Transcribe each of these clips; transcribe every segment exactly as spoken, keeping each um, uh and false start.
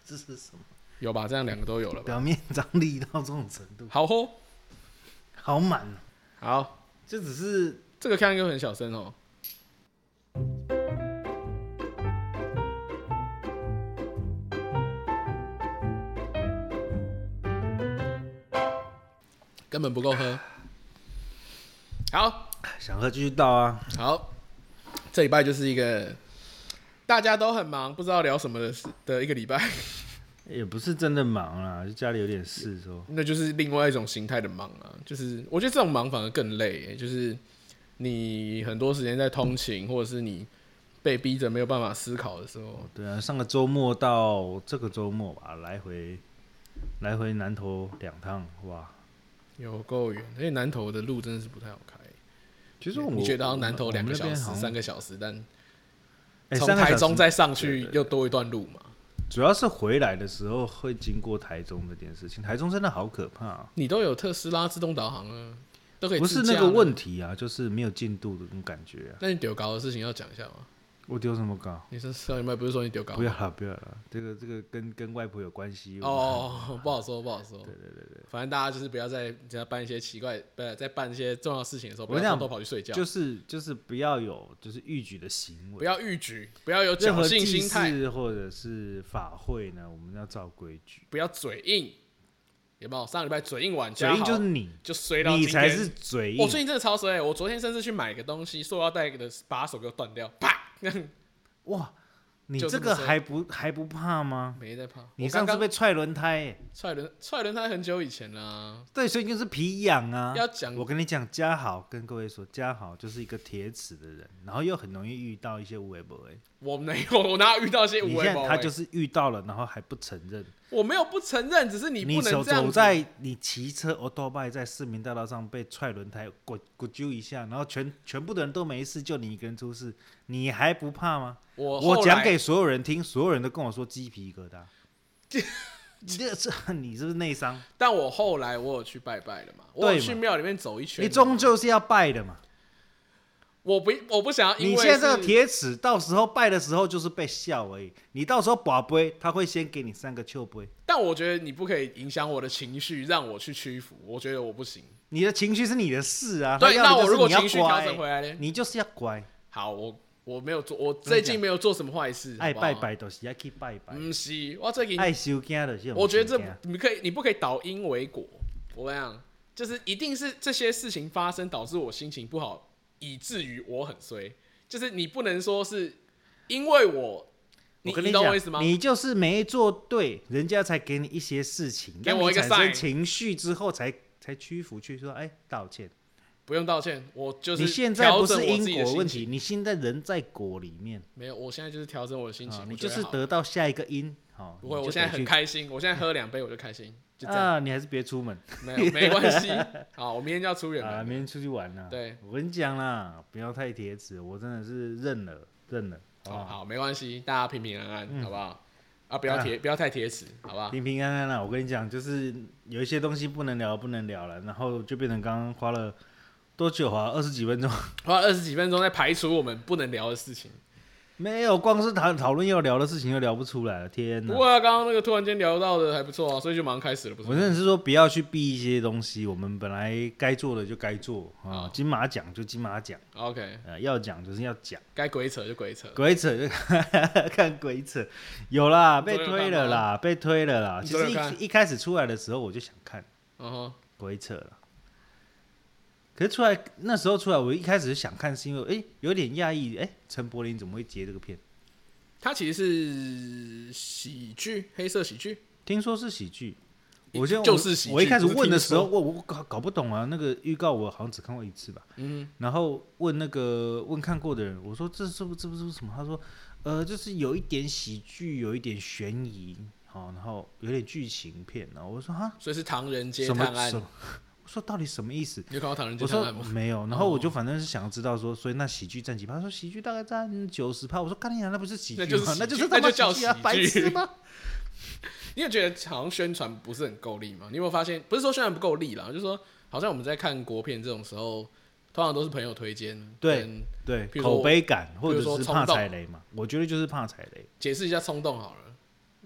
这是什么？ 有吧？这样两个都有了吧？ 表面张力到这种程度， 好吼， 好满。 好， 这只是这个看又很小声哦。根本不够喝。好， 想喝继续倒啊。 好，这礼拜就是一个大家都很忙，不知道聊什么的的一个礼拜。 也不是真的忙啦，就家里有点事说。 那就是另外一种形态的忙啊，就是我觉得这种忙反而更累、欸，就是你很多时间在通勤，或者是你被逼着没有办法思考的时候。 对啊，上个周末到这个周末吧，来回来回南投两趟，哇， 有够远，而且南投的路真的是不太好开。 其实我你觉得好像南投两个小时、三个小时，但从台中再上去又多一段路嘛。 主要是回来的时候会经过台中这件事情，台中真的好可怕、啊。 你都有特斯拉自动导航啊，都可以自驾。 不是那个问题啊，就是没有进度的那种感觉啊。 那你丢高的事情要讲一下吗？ 我丢什么高？ 你上礼拜不是说你丢高？ 不要了，不要了，这个这个跟跟外婆有关系。 哦，不好说，不好说。 对对对对， 反正大家就是不要在在办一些奇怪，不要在办一些重要事情的时候，不要偷偷跑去睡觉。 就是就是不要有就是逾矩的行为， 不要逾矩，不要有侥幸心态， 或者是法会呢，我们要照规矩， 不要嘴硬。有没有上礼拜嘴硬玩家？ 嘴硬就是你， 就衰到今天。 你才是嘴硬。 我最近真的超衰，我昨天甚至去买个东西，塑料袋的把手给我断掉，啪！ 哇，你这个还不还不怕吗？ 没在怕。 你上次被踹轮胎、欸， 踹轮踹轮胎很久以前啦、啊。 对，所以就是皮痒啊。 要讲， 我跟你讲，嘉豪跟各位说，嘉豪就是一个铁齿的人，然后又很容易遇到一些无为不为。 我没有，我哪有遇到一些无为不为？ 你现在他就是遇到了，然后还不承认。 我没有不承认，只是你不能这样子。 你走在你骑车 Autobike 在市民大道上被踹轮胎，咕咕啾一下，然后全全部的人都没事，就你一个人出事，你还不怕吗？ 我我讲给所有人听，所有人都跟我说鸡皮疙瘩。这是你是不是内伤？ 但我后来我有去拜拜了嘛，我有去庙里面走一圈。 你终究是要拜的嘛。 我不，我不想要因为。 你现在这个铁齿，到时候拜的时候就是被笑而已。你到时候拔杯，他会先给你三个秋杯。 但我觉得你不可以影响我的情绪，让我去屈服。我觉得我不行。 你的情绪是你的事啊。 对，那我如果情绪调整回来呢？ 你就是要乖。 好，我我没有做，我最近没有做什么坏事。 爱拜拜都是要去拜拜。 不是，我最近爱修家的是。 我觉得这你可以，你不可以倒因为果。我跟你讲，就是一定是这些事情发生导致我心情不好。以至于我很衰，就是你不能说是因为我，你我跟你懂我意思吗？ 你就是没做对，人家才给你一些事情， 给我一个 sign， 产生情绪之后才才屈服去说，哎，道歉。 不用道歉，我就是你现在不是因果问题， 你现在人在果里面。 没有，我现在就是调整我的心情， 哦、你就是得到下一个因。哦、 不会，我现在很开心，我现在喝两杯我就开心。就这样啊，你还是别出门， 没有没关系。好，我明天就要出远门啊，明天出去玩了。 对， 我跟你讲啦，不要太铁齿，我真的是认了，认了。 好、哦，好，没关系，大家平平安安，嗯、好不好？啊，不要铁、啊，不要太铁齿，好不好？ 平平安安啦。我跟你讲，就是有一些东西不能聊，不能聊了，然后就变成刚刚花了多久啊？二十几分钟， 花二十几分钟在排除我们不能聊的事情。 没有，光是讨讨论要聊的事情就聊不出来了，天哪！ 不过啊，刚刚那个突然间聊到的还不错啊，所以就马上开始了，不是？ 我真的是说不要去避一些东西，我们本来该做的就该做啊、哦，金马奖就金马奖 ，OK， 呃，要讲就是要讲， 该鬼扯就鬼扯， 鬼扯就看鬼扯，有啦，被推了啦，被推了啦。其实一一开始出来的时候我就想看，嗯哼，鬼扯了。可是出来那时候出来，我一开始想看是因为哎、欸、有点讶异，哎陈柏霖怎么会接这个片？ 他其实是喜剧，黑色喜剧， 听说是喜剧。我就就是喜剧。 我一开始问的时候，我我搞搞不懂啊，那个预告我好像只看过一次吧。嗯。然后问那个问看过的人，我说这是不这不是什么？他说呃就是有一点喜剧，有一点悬疑，好，然后有点剧情片。然后我说哈， 所以是唐人街探案。 我说到底什么意思？ 你有看过唐人街探案吗？ 我说没有，然后我就反正是想知道说，所以那喜剧占几趴？他说喜剧大概占九十趴。我说干你娘，那不是喜剧吗？那就是那就叫喜剧啊，白痴吗？ 你有觉得好像宣传不是很够力吗？你有没有发现？不是说宣传不够力啦，就是说好像我们在看国片这种时候，通常都是朋友推荐， 对对，口碑感或者是怕踩雷嘛。我觉得就是怕踩雷。 解释一下冲动好了。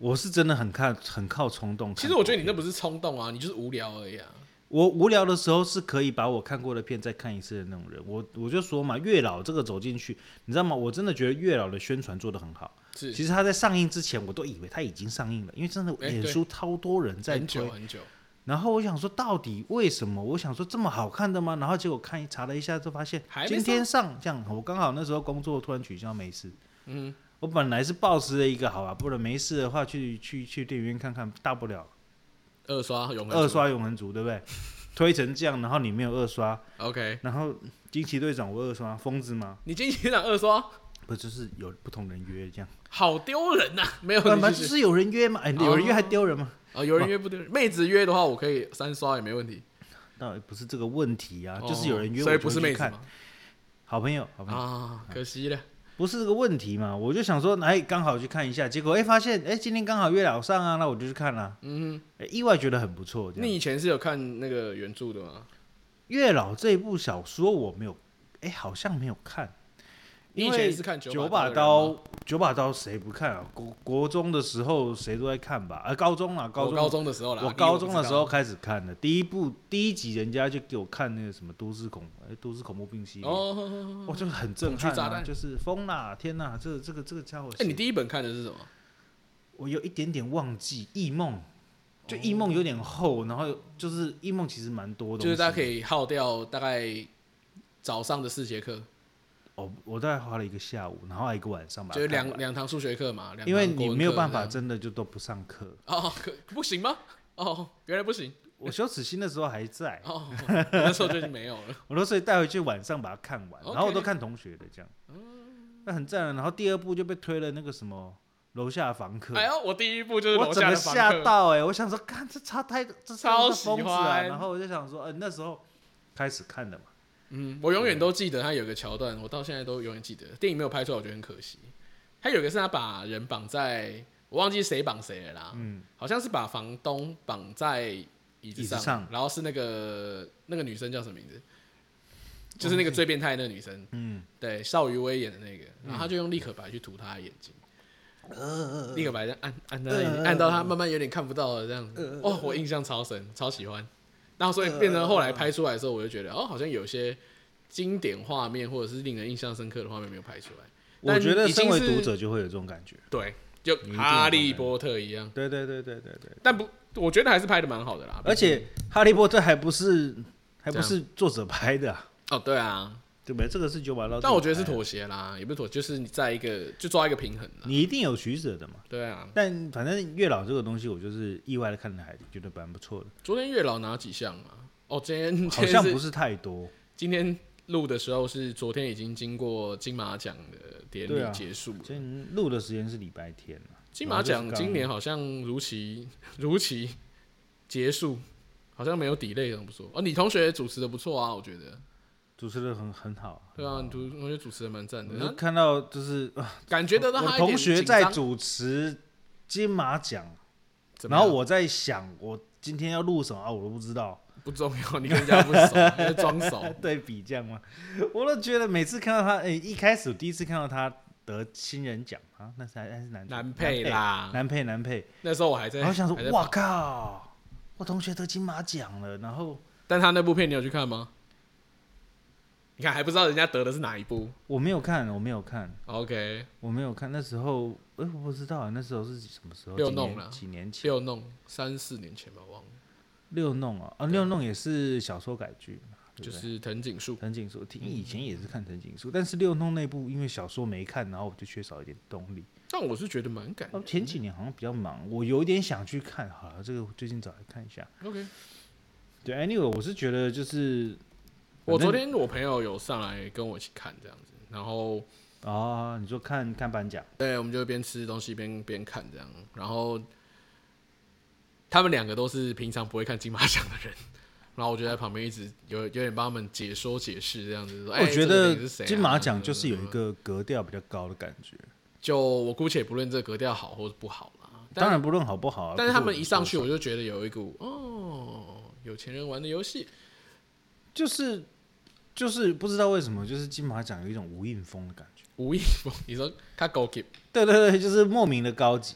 我是真的很看很靠冲动。 其实我觉得你那不是冲动啊，你就是无聊而已啊。 我无聊的时候是可以把我看过的片再看一次的那种人。我我就说嘛，月老这个走进去，你知道吗？我真的觉得月老的宣传做得很好。 是， 其实他在上映之前，我都以为他已经上映了，因为真的脸书超多人在推， 很久很久。 然后我想说，到底为什么？我想说这么好看的吗？然后结果看查了一下，就发现今天上，这样我刚好那时候工作突然取消，没事。嗯，我本来是抱持了一个好吧，不然没事的话去去去电影院看看，大不了。 二刷永恒二刷永恒族，对不对？推成这样，然后你没有二刷 ，OK。 然后惊奇队长我二刷，疯子吗？ 你惊奇队长二刷， 不就是有不同人约这样？ 好丢人呐、啊！没有， 就是有人约嘛，哎、欸，有人约还丢人吗？ 哦，有人约不丢人，妹子约的话，我可以三刷也没问题。 倒不是这个问题啊，哦、就是有人约我， 所以不是妹子吗？ 好朋友，好朋友啊，可惜了。 不是这个问题嘛，我就想说，哎，刚好去看一下，结果哎发现，哎，今天刚好月老上啊，那我就去看啦。嗯哼，意外觉得很不错。 你以前是有看那个原著的吗？ 月老这一部小说我没有，哎，好像没有看。 你以前是看九把刀，九把刀谁不看啊？国国中的时候谁都在看吧？啊，高中啊，高中高中的时候啦， 我高中的时候开始看的。第一部第一集人家就给我看那个什么都市恐，哎，都市恐怖病系列，哦，我就很震撼啊，就是疯啦，天哪，这这个这个家伙。 哎，你第一本看的是什么？ 我有一点点忘记，异梦，就异梦有点厚，然后就是异梦其实蛮多的， 就是大家可以耗掉大概早上的四节课。 哦，我大概花了一个下午，然后还一个晚上吧， 就是两两堂数学课嘛， 因为你没有办法真的就都不上课。 哦，可不行吗？哦，原来不行。 我羞耻心的时候还在， 哦，那时候就已经没有了。 我都所以带回去晚上把它看完， okay. 然后我都看同学的这样，那很赞了。然后第二部就被推了那个什么楼下房客。 哎呦，我第一部就是楼下的房客， 我整个吓到哎、欸！我想说，看这超太这超喜欢、 啊，然后我就想说，呃，那时候开始看的嘛。 嗯，我永远都记得他有个桥段，我到现在都永远记得。电影没有拍出来，我觉得很可惜。他有一个是他把人绑在，我忘记谁绑谁了啦。嗯，好像是把房东绑在椅子 上, 子上然后是那个那个女生叫什么名字？就是那个最变态的那个女生。嗯，对，邵雨薇演的那个，然后他就用立可白去涂他的眼睛。嗯、立可白按按在、呃、按到他慢慢有点看不到了这样子。呃、哦，我印象超深，超喜欢。然后所以变成后来拍出来的时候，我就觉得哦，好像有些经典画面或者是令人印象深刻的画面没有拍出来。 我觉得身为读者就会有这种感觉， 对，就哈利波特一样。 对对对对对对。 但不，我觉得还是拍的蛮好的啦。 而且哈利波特还不是还不是作者拍的、啊、 哦，对啊， 对不对？这个是九把刀， 但我觉得是妥协啦，也不是妥协，就是你在一个就抓一个平衡啦。 你一定有取舍的嘛。 对啊， 但反正月老这个东西，我就是意外的看的，还觉得蛮不错的。 昨天月老拿几项啊？哦，今天好像不是太多。 今天录的时候是昨天已经经过金马奖的典礼结束了。 今天录的时间是礼拜天啊。 金马奖今年好像如期如期结束，好像没有 delay 很不错。哦，你同学主持的不错啊，我觉得主持的很很好。 对啊，你同学主持的蛮赞的。 我看到就是感觉得到他我同学在主持金马奖，然后我在想我今天要录什么啊，我都不知道。 不重要，你跟人家不熟，你在装熟。 对比这样吗？我都觉得每次看到他，哎、欸，一开始我第一次看到他得新人奖啊，那是还是男男配啦， 男配男配。 那时候我还在， 然后想说，哇靠，我同学得金马奖了。然后， 但他那部片你有去看吗？你看还不知道人家得的是哪一部？ 我没有看，我没有看。 OK， 我没有看。那时候，哎、欸，我不知道那时候是什么时候？ 六弄了， 几年前？ 六弄三四年前吧，忘了。 六弄啊，啊，六弄也是小说改剧， 就是藤井树。 藤井树，听以前也是看藤井树，但是六弄那部因为小说没看，然后我就缺少一点动力。 但我是觉得蛮感人。 前几年好像比较忙，我有点想去看，好了，这个最近找来看一下。 OK， 对 ，Anyway， 我是觉得就是我昨天我朋友有上来跟我一起看这样子，然后哦，你说看看颁奖， 对，我们就边吃东西边边看这样，然后。他们两个都是平常不会看金马奖的人，然后我就在旁边一直有有点帮他们解说解释这样子。我觉得金马奖就是有一个格调比较高的感觉。 就我姑且不论这个格调好或是不好啦， 当然不论好不好、啊。 但是他们一上去，我就觉得有一股哦，有钱人玩的游戏， 就是就是不知道为什么，就是金马奖有一种无印风的感觉。 无印风，你说他高级？ 对对对，就是莫名的高级。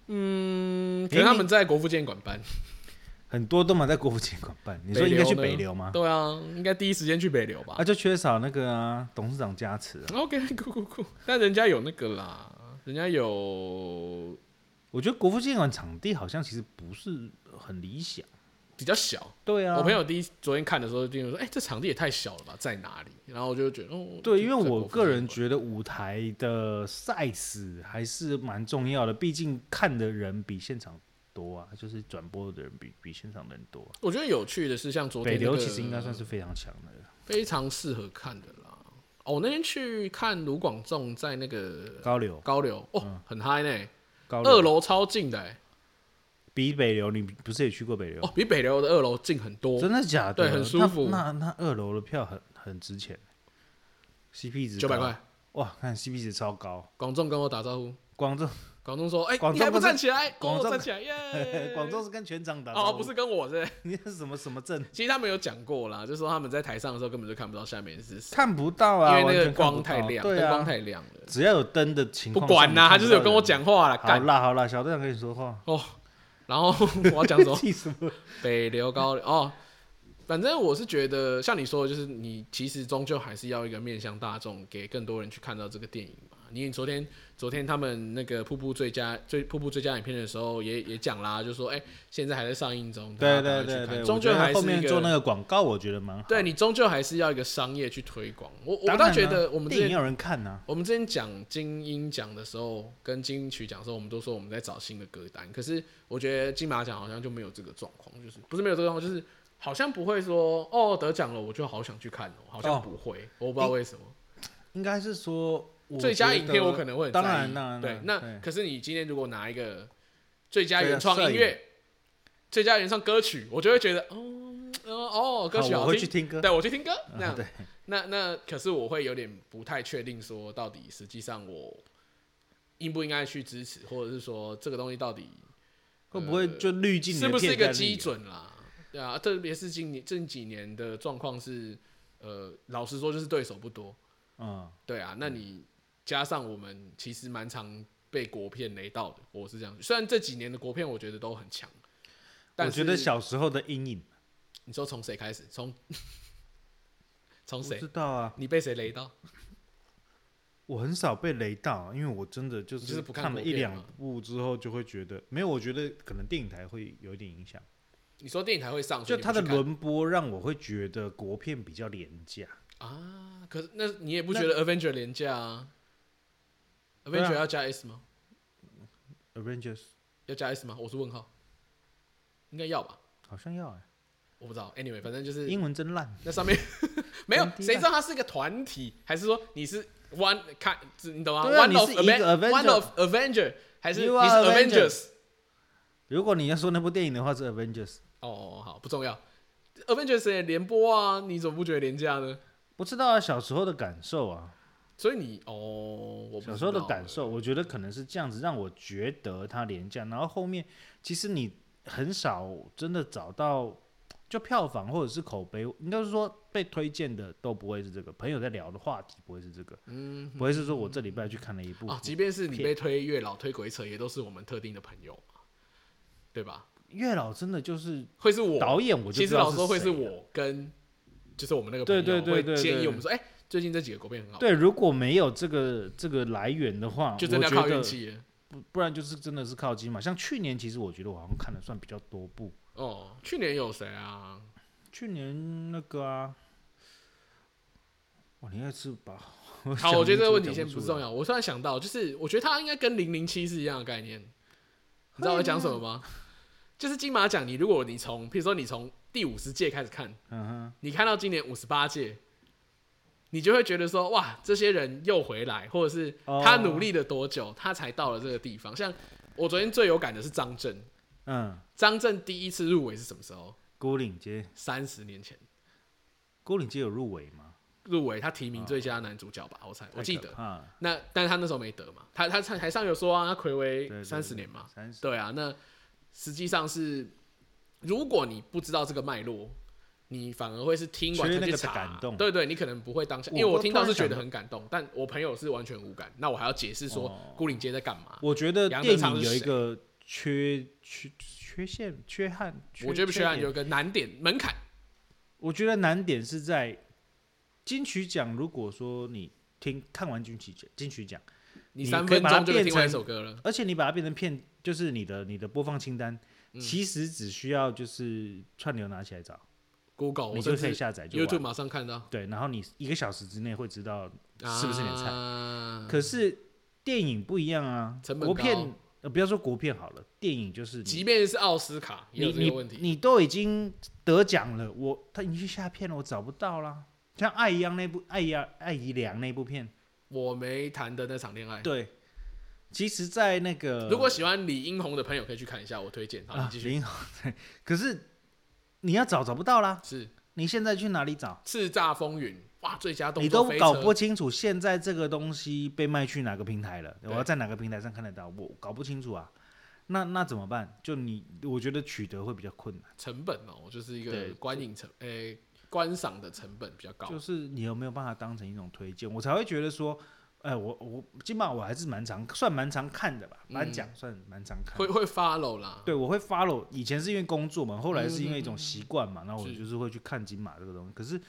嗯，可能他们在国父纪念馆办。 很多都嘛在国父纪念馆办，你说应该去北流吗？ 对啊，应该第一时间去北流吧。 啊，就缺少那个啊，董事长加持、啊。 OK， 酷酷酷，但人家有那个啦，人家有。 我觉得国父纪念馆场地好像其实不是很理想， 比较小。 对啊， 我朋友第一昨天看的时候，就说：“哎、欸，这场地也太小了吧，在哪里？”然后我就觉得，哦， 对，因为我个人觉得舞台的 size 还是蛮重要的，毕竟看的人比现场多啊，就是转播的人比比现场的人多、啊。 我觉得有趣的是，像昨天、那个、 北流其实应该算是非常强的， 非常适合看的啦。哦，我那天去看卢广仲在那个高流， 高流哦， 嗯、 很嗨呢，二楼超近的、欸，比北流你不是也去过北流？ 哦，比北流的二楼近很多， 真的假的？ 对，很舒服。 那那二楼的票很很值钱 ，C P 值九百块， 哇，看 C P 值超高。 广仲跟我打招呼， 广仲。 广东说：“哎、欸，你还不站起来？广州、哦、站起来耶！ 广州是跟全场打招呼， 哦，不是跟我是。 你是什么什么阵？ 其实他们有讲过啦，就是说他们在台上的时候根本就看不到下面是谁， 看不到啊， 因为那个光太亮，灯、啊、光太亮了。 只要有灯的情况， 不管啦、啊，他就是有跟我讲话啦。 好啦好啦，小队长跟你说话哦。然后我要讲什么？ 什么北流高流哦。”反正我是觉得，像你说的，就是你其实终究还是要一个面向大众，给更多人去看到这个电影嘛。你昨天昨天他们那个瀑布最佳最瀑布最佳影片的时候也，也也讲啦，就说哎、欸，现在还在上映中， 对对对对， 终究还是一个后面做那个广告，我觉得蛮好。 对你终究还是要一个商业去推广。我我倒觉得我们电影有人看呢、啊。 我们之前讲金鹰奖的时候，跟金鹰曲奖的时候，我们都说我们在找新的歌单，可是我觉得金马奖好像就没有这个状况，就是不是没有这个状况，就是。好像不会说哦得奖了我就好想去看哦，好像不会，哦、我不知道为什么。 应该是说最佳影片我可能会很在意， 当然当然对，那可是你今天如果拿一个最佳原创音乐、最佳原创歌曲，我就会觉得哦哦歌曲好听， 我会去听歌， 对我去听歌，那样、 嗯、对， 那那可是我会有点不太确定说到底实际上我应不应该去支持，或者是说这个东西到底会不会就滤镜、呃、 是不是一个基准啦？对啊，特别是今年这几年的状况是，呃，老实说就是对手不多，嗯，对啊，那你加上我们其实蛮常被国片雷到的，我是这样。虽然这几年的国片我觉得都很强，但我觉得小时候的阴影， 你说从谁开始？从从谁？ 不知道啊， 你被谁雷到？ 我很少被雷到，因为我真的就是看了一两部之后就会觉得没有，我觉得可能电影台会有一点影响。 你说电影台会上， 就它的轮播让我会觉得国片比较廉价啊。可是那你也不觉得 Avenger 廉价啊 ？Avenger 要加 S 吗 ？Avengers 要加 S 吗？我是问号，应该要吧？ 好像要哎、欸， 我不知道。Anyway， 反正就是英文真烂。 那上面没有谁知道它是一个团体，还是说你是 one 看，你懂吗、 啊、 ？One of One of Avenger 还是你是 Avengers？ 如果你要说那部电影的话，是 Avengers。 哦，好，不重要。Avengers 也联播啊，你怎么不觉得廉价呢？ 不知道啊，小时候的感受啊。 所以你哦，我不知道小时候的感受，我觉得可能是这样子，让我觉得它廉价。然后后面其实你很少真的找到，就票房或者是口碑，应该是说被推荐的都不会是这个。朋友在聊的话题不会是这个，嗯，不会是说我这礼拜去看了一部啊，即便是你被推月老推鬼扯，也都是我们特定的朋友嘛，对吧？ 月老真的就是会是我导演，我就知道是谁了。 其实老实说会是我跟就是我们那个朋友， 对对对对对， 会建议我们说，哎、欸，最近这几个国片很好。 对，如果没有这个这个来源的话， 就真的要靠运气。 不不然就是真的是靠金嘛。像去年，其实我觉得我好像看的算比较多部。 哦，去年有谁啊？ 去年那个啊，哇，你那次把好，我觉得这个问题先不重要。我突然想到，就是我觉得它应该跟零零七是一样的概念。你知道我讲什么吗？就是金马奖，你如果你从，譬如说你从第五十届开始看，嗯、你看到今年五十八届，你就会觉得说，哇，这些人又回来，或者是他努力了多久，他才到了这个地方。像我昨天最有感的是张震，嗯，张震第一次入围是什么时候？ 牯岭街， 三十年前。 牯岭街有入围吗？ 入围，他提名最佳男主角吧，我猜，我记得。那但是他那时候没得嘛，他他台上有说啊，他睽违三十年嘛，对啊，那。实际上是，如果你不知道这个脉络，你反而会是听完才去查， 感动对对，你可能不会当下，因为我听到是觉得很感动，但我朋友是完全无感，那我还要解释说牯岭街在干嘛。 我觉得电影有一个缺缺缺陷、缺憾。 我觉得缺憾有个难点门槛。 我觉得难点是在金曲奖，如果说你听看完金曲奖，金曲奖， 你三分钟就听完一首歌了， 而且你把它变成片，就是你的你的播放清单，嗯、其实只需要就是串流拿起来找 ，Google 你就可以下载就 ，YouTube 马上看到。 对，然后你一个小时之内会知道是不是你的菜。 啊、 可是电影不一样啊， 成本国片。呃，不要说国片好了，电影就是， 即便是奥斯卡也有这个问题。 你, 你, 你都已经得奖了，我他已经去下片了，我找不到啦。像爱一样那部爱一爱姨良那部片， 我没谈的那场恋爱。 对，其实，在那个如果喜欢李英宏的朋友可以去看一下，我推荐。好，你继续。 李英宏，对，可是你要找找不到啦。 是， 你现在去哪里找？ 叱咤风云。哇，最佳动你作飞车都搞不清楚现在这个东西被卖去哪个平台了，我要在哪个平台上看得到，我搞不清楚啊。那那怎么办？就你，我觉得取得会比较困难。 成本哦，就是一个观影成，诶、欸，观赏的成本比较高。 就是你有没有办法当成一种推荐，我才会觉得说，哎、欸，我我基本上我还是蛮常，算蛮常看的吧，颁奖、嗯、算蛮常看的。 会会 follow 啦。 对，我会 follow。以前是因为工作嘛，后来是因为一种习惯嘛，然后我就是会去看金马这个东西。可是。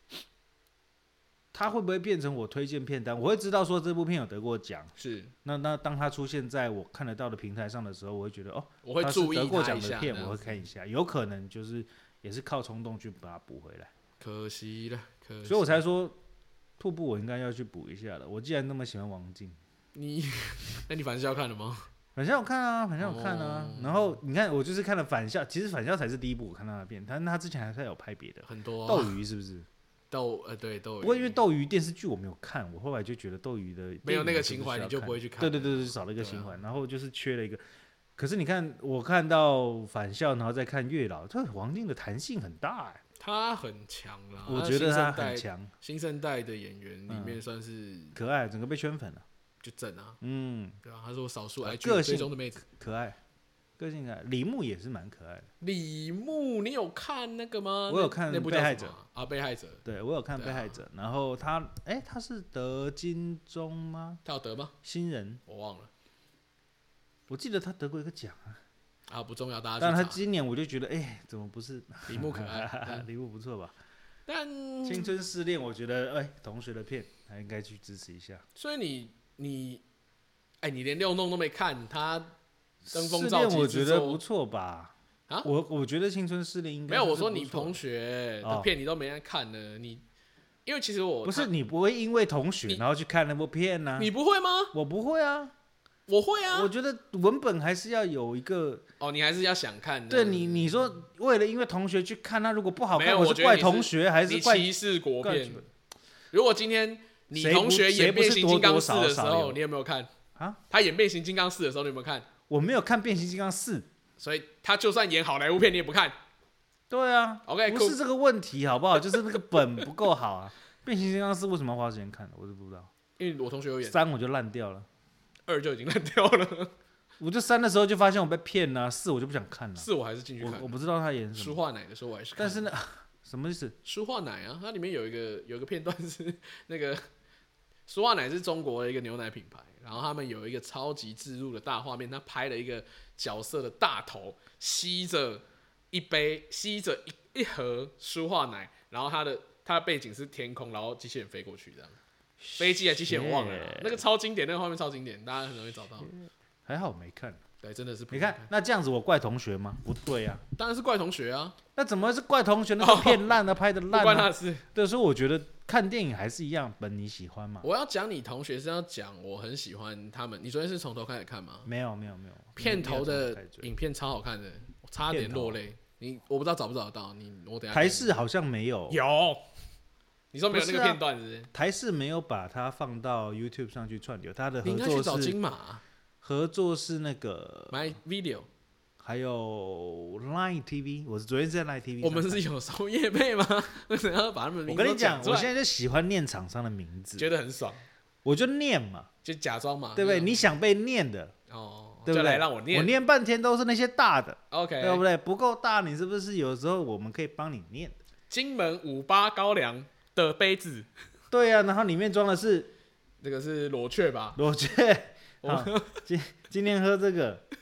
它会不会变成我推荐片单？我会知道说这部片有得过奖， 是。 那那当它出现在我看得到的平台上的时候，我会觉得哦， 我会注意它得过奖的片，我会看一下。有可能就是也是靠冲动去把它补回来。 可惜了，可惜。 所以我才说，瀑布我应该要去补一下了。我既然那么喜欢王静， 你，那你返校看了吗？ 返校我看啊，返校我看啊。哦、然后你看，我就是看了返校，其实返校才是第一部我看他的片，他他之前还是有拍别的， 很多、啊。 斗鱼是不是？ 斗呃对斗鱼， 不过因为斗鱼电视剧我没有看，我后来就觉得斗鱼的没有那个情怀，你就不会去看。 对对对对，少了一个情怀、啊，然后就是缺了一个。可是你看，我看到返校，然后再看月老，这王静的弹性很大哎、欸， 他很强啦， 我觉得他很强。 新生代的演员里面算是、 嗯、可爱，整个被圈粉了， 就正啊， 嗯， 对啊，他是我少数 I G 追踪的妹子， 可爱。个性啊，李牧也是蛮可爱的。 李牧，你有看那个吗？ 我有看《被害者》 啊，《被害者》。 对，我有看《被害者》啊，然后他，哎、欸，他是得金钟吗？ 他有得吗？ 新人， 我忘了。 我记得他得过一个奖啊。 啊，不重要，大家。 但他今年我就觉得，哎、欸，怎么不是李牧可爱？ 李牧不错吧？ 但青春失恋，我觉得，哎、欸，同学的片，还应该去支持一下。 所以你你，哎、欸，你连六弄都没看他。 失恋我觉得不错吧？ 啊， 我我觉得青春失恋应该没有。我说你同学的片你都没在看呢，哦、你因为其实我不是你不会因为同学然后去看那部片呢、啊？ 你不会吗？ 我不会啊， 我会啊。 我觉得文本还是要有一个哦，你还是要想看的。 对你你说为了因为同学去看，那如果不好看，我是怪同学还是怪歧视国片？如果今天你同学演变形金刚四的时候，你有没有看啊？他演变形金刚四的时候，你有没有看？ 我没有看变形金刚四， 所以他就算演好莱坞片，你也不看。 对啊 ，OK， 不是这个问题好不好？就是那个本不够好啊。变形金刚四为什么要花时间看？我都不知道。 因为我同学有演。 三我就烂掉了， 二就已经烂掉了。 我就三的时候就发现我被骗了，四我就不想看了。 四我还是进去看我，我不知道他演什么。 舒化奶的时候我还是看。 但是呢，什么意思？ 舒化奶啊，它里面有一个有一个片段是那个。舒化奶是中国的一个牛奶品牌，然后他们有一个超级置入的大画面，他拍了一个角色的大头吸着一杯吸着 一, 一盒舒化奶，然后他的他的背景是天空，然后机器人飞过去这样，飞机还机器人我忘了啦，那个超经典，那个画面超经典，大家很容易找到。 还好没看。 对，真的是你看，那这样子我怪同学吗？不对啊， 当然是怪同学啊。 那怎么会是怪同学？那个片烂的，拍的烂，不关他的事。 对，所以我觉得看电影还是一样，本你喜欢嘛。 我要讲你同学是要讲我很喜欢他们。你昨天是从头开始看吗？ 没有，没有，没有。 片头的影片超好看的，我差点落泪。你我不知道找不找得到，你我等一下。 台视好像没有。 有。你说没有那个片段是不是？ 台视没有把它放到 YouTube 上去串流，它的合作是。 你应该去找金马。 合作是那个 My Video， 还有 Line T V， 我是昨天是在 Line T V。 我们是有收业配吗？为什么要把他们的名字我跟你讲，我现在就喜欢念厂商的名字， 觉得很爽， 我就念嘛， 就假装嘛， 对不对？你想被念的哦， 对不对？ 就来让我念， 我念半天都是那些大的 ，OK， 对不对？不够大，你是不是有时候我们可以帮你念？ 金门五八高粱的杯子， 对啊，然后里面装的是这个是裸雀吧？ 裸雀。好，今今天喝这个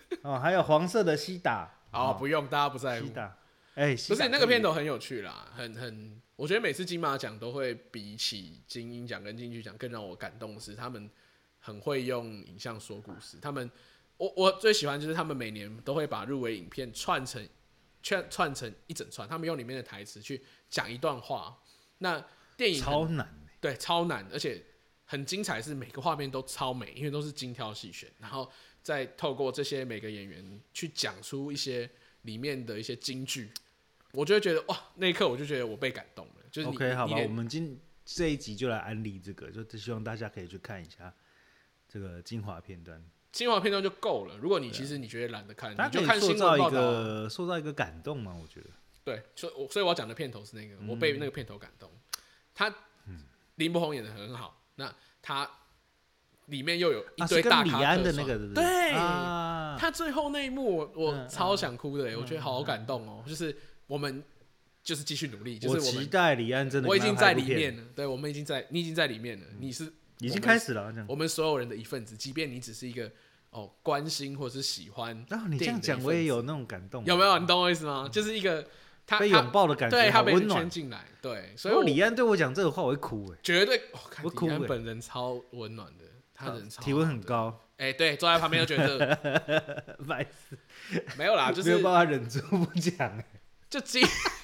哦，还有黄色的西打。 哦，不用，大家不在乎。 西打，哎、欸， 不是那个片头很有趣啦，很很，我觉得每次金马奖都会比起金鹰奖跟金曲奖更让我感动的是，他们很会用影像说故事。他们，我我最喜欢就是他们每年都会把入围影片串成串串成一整串，他们用里面的台词去讲一段话。那电影超难， 对，超难，而且很精彩，是每个画面都超美，因为都是精挑细选，然后再透过这些每个演员去讲出一些里面的一些金句，我就会觉得哇，那一刻我就觉得我被感动了。就是你 OK， 好吧，我们今这一集就来安利这个，就希望大家可以去看一下这个精华片段。 精华片段就够了。如果你其实你觉得懒得看， 你就看新闻报道、 啊，塑造一个感动嘛，我觉得。 对，所以所以我要讲的片头是那个，嗯、我被那个片头感动。他、嗯、林柏宏演的很好，那他里面又有一堆大咖、啊、 李安的那个， 对，对啊、他最后那一幕我我超想哭的、嗯，我觉得好感动哦、喔嗯。就是我们就是继续努力，就是我们期待李安真的， 我已经在里面了，对，我们已经在，你已经在里面了，你是已经开始了， 我们所有人的一份子，即便你只是一个。哦，关心或者是喜欢， 然后你这样讲，我也有那种感动， 有没有？你懂我意思吗？嗯、就是一个他被拥抱的感觉， 对他被温圈进来，对。所以李安对我讲这个话，我会哭哎， 绝对，哦、 我哭。李安本人超温暖的，他人超体温很高， 哎、欸，对，坐在旁边就觉得， 白痴， 没有啦，就是没有办法忍住不讲， 就金，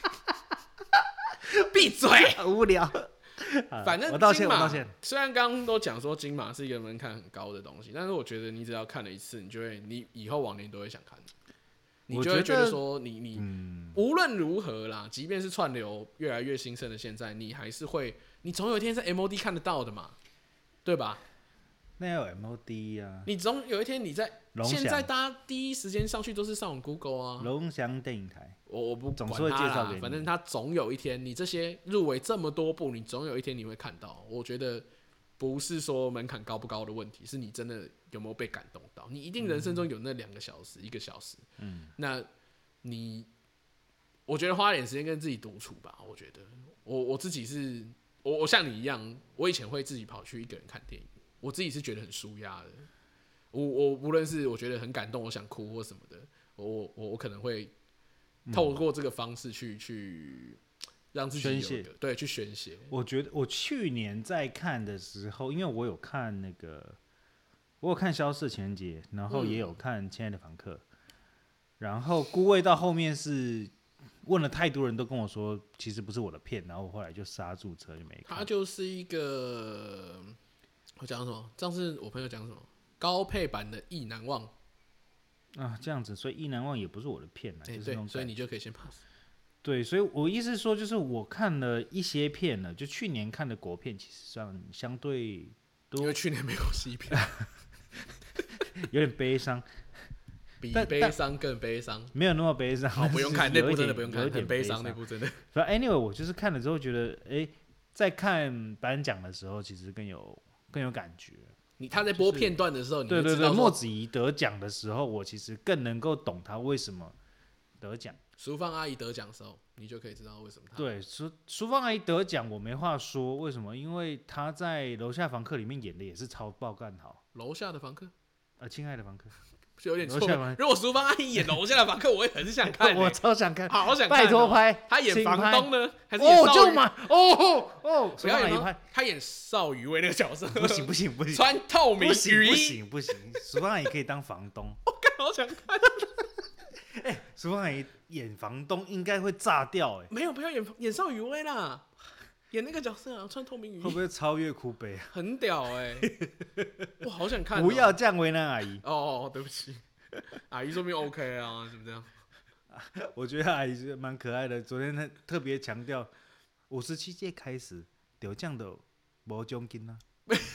闭嘴， 无聊。 反正我道歉， 我道歉。 虽然刚刚都讲说金马是一个门槛很高的东西，但是我觉得你只要看了一次，你就会，你以后往年都会想看，你就会觉得说你，你你、嗯、无论如何啦，即便是串流越来越兴盛的现在，你还是会，你总有一天在 M O D 看得到的嘛，对吧？ 那要有 M O D 啊！ 你总有一天你在，现在大家第一时间上去都是上网 Google 啊， 龙翔电影台。 我我不管总是会介绍给你， 反正他总有一天，你这些入围这么多部，你总有一天你会看到。我觉得不是说门槛高不高的问题，是你真的有没有被感动到。你一定人生中有那两个小时、嗯、一个小时，嗯，那你，我觉得花点时间跟自己独处吧。我觉得我我自己是，我我像你一样，我以前会自己跑去一个人看电影，我自己是觉得很舒压的。我我无论是我觉得很感动，我想哭或什么的，我我我可能会。透过这个方式去去让自己有一个宣泄，对，去宣泄。 我觉得我去年在看的时候，因为我有看那个，我有看《消失的情人节》，然后也有看《亲爱的房客》，嗯，然后孤味到后面是问了太多人都跟我说，其实不是我的片，然后我后来就刹住车就没看。 它就是一个，我讲什么？上次我朋友讲什么？高配版的《意难忘》。 啊，这样子，所以《意难忘》也不是我的片啦，欸，就是那种， 所以你就可以先 pass。 对，所以我意思是说，就是我看了一些片了，就去年看的国片，其实上相对多， 因为去年没有西片， 有点悲伤， 比悲伤更悲伤， 没有那么悲伤。 好，不用看那部，真的不用看，很悲伤那部真的。 反正 anyway， 我就是看了之后觉得，哎，欸，在看颁奖的时候，其实更有更有感觉。 你他在播片段的时候， 就是，对对对，莫子仪得奖的时候，我其实更能够懂他为什么得奖。 淑芳阿姨得奖的时候，你就可以知道为什么他。 对，淑淑芳阿姨得奖，我没话说，为什么？因为她在《楼下房客》里面演的也是超爆干好。 楼下的房客， 呃，亲爱的房客， 有点错。如果淑芳阿姨演楼下的房客，我也很想看，欸， 我超想看， 好想看， 拜托拍。 他演房东呢，还是演哦就买哦哦， 不要演他演邵雨薇那个角色， 不行不行不行， 穿透明雨衣， 不行不行，淑芳阿姨可以当房东， 我刚好想看。 哎，欸，淑芳阿姨演房东应该会炸掉哎，欸， 没有不要演演邵雨薇啦，演那个角色啊，穿透明雨衣， 会不会超越哭悲啊？ 很屌哎，欸，我好想看，喔。 不要这样为难阿姨。 哦哦，对不起，阿姨说明 OK 啊，是不是这样？ 我觉得阿姨是蛮可爱的。昨天她特别强调，五十七届开始得奖的没奖金啊，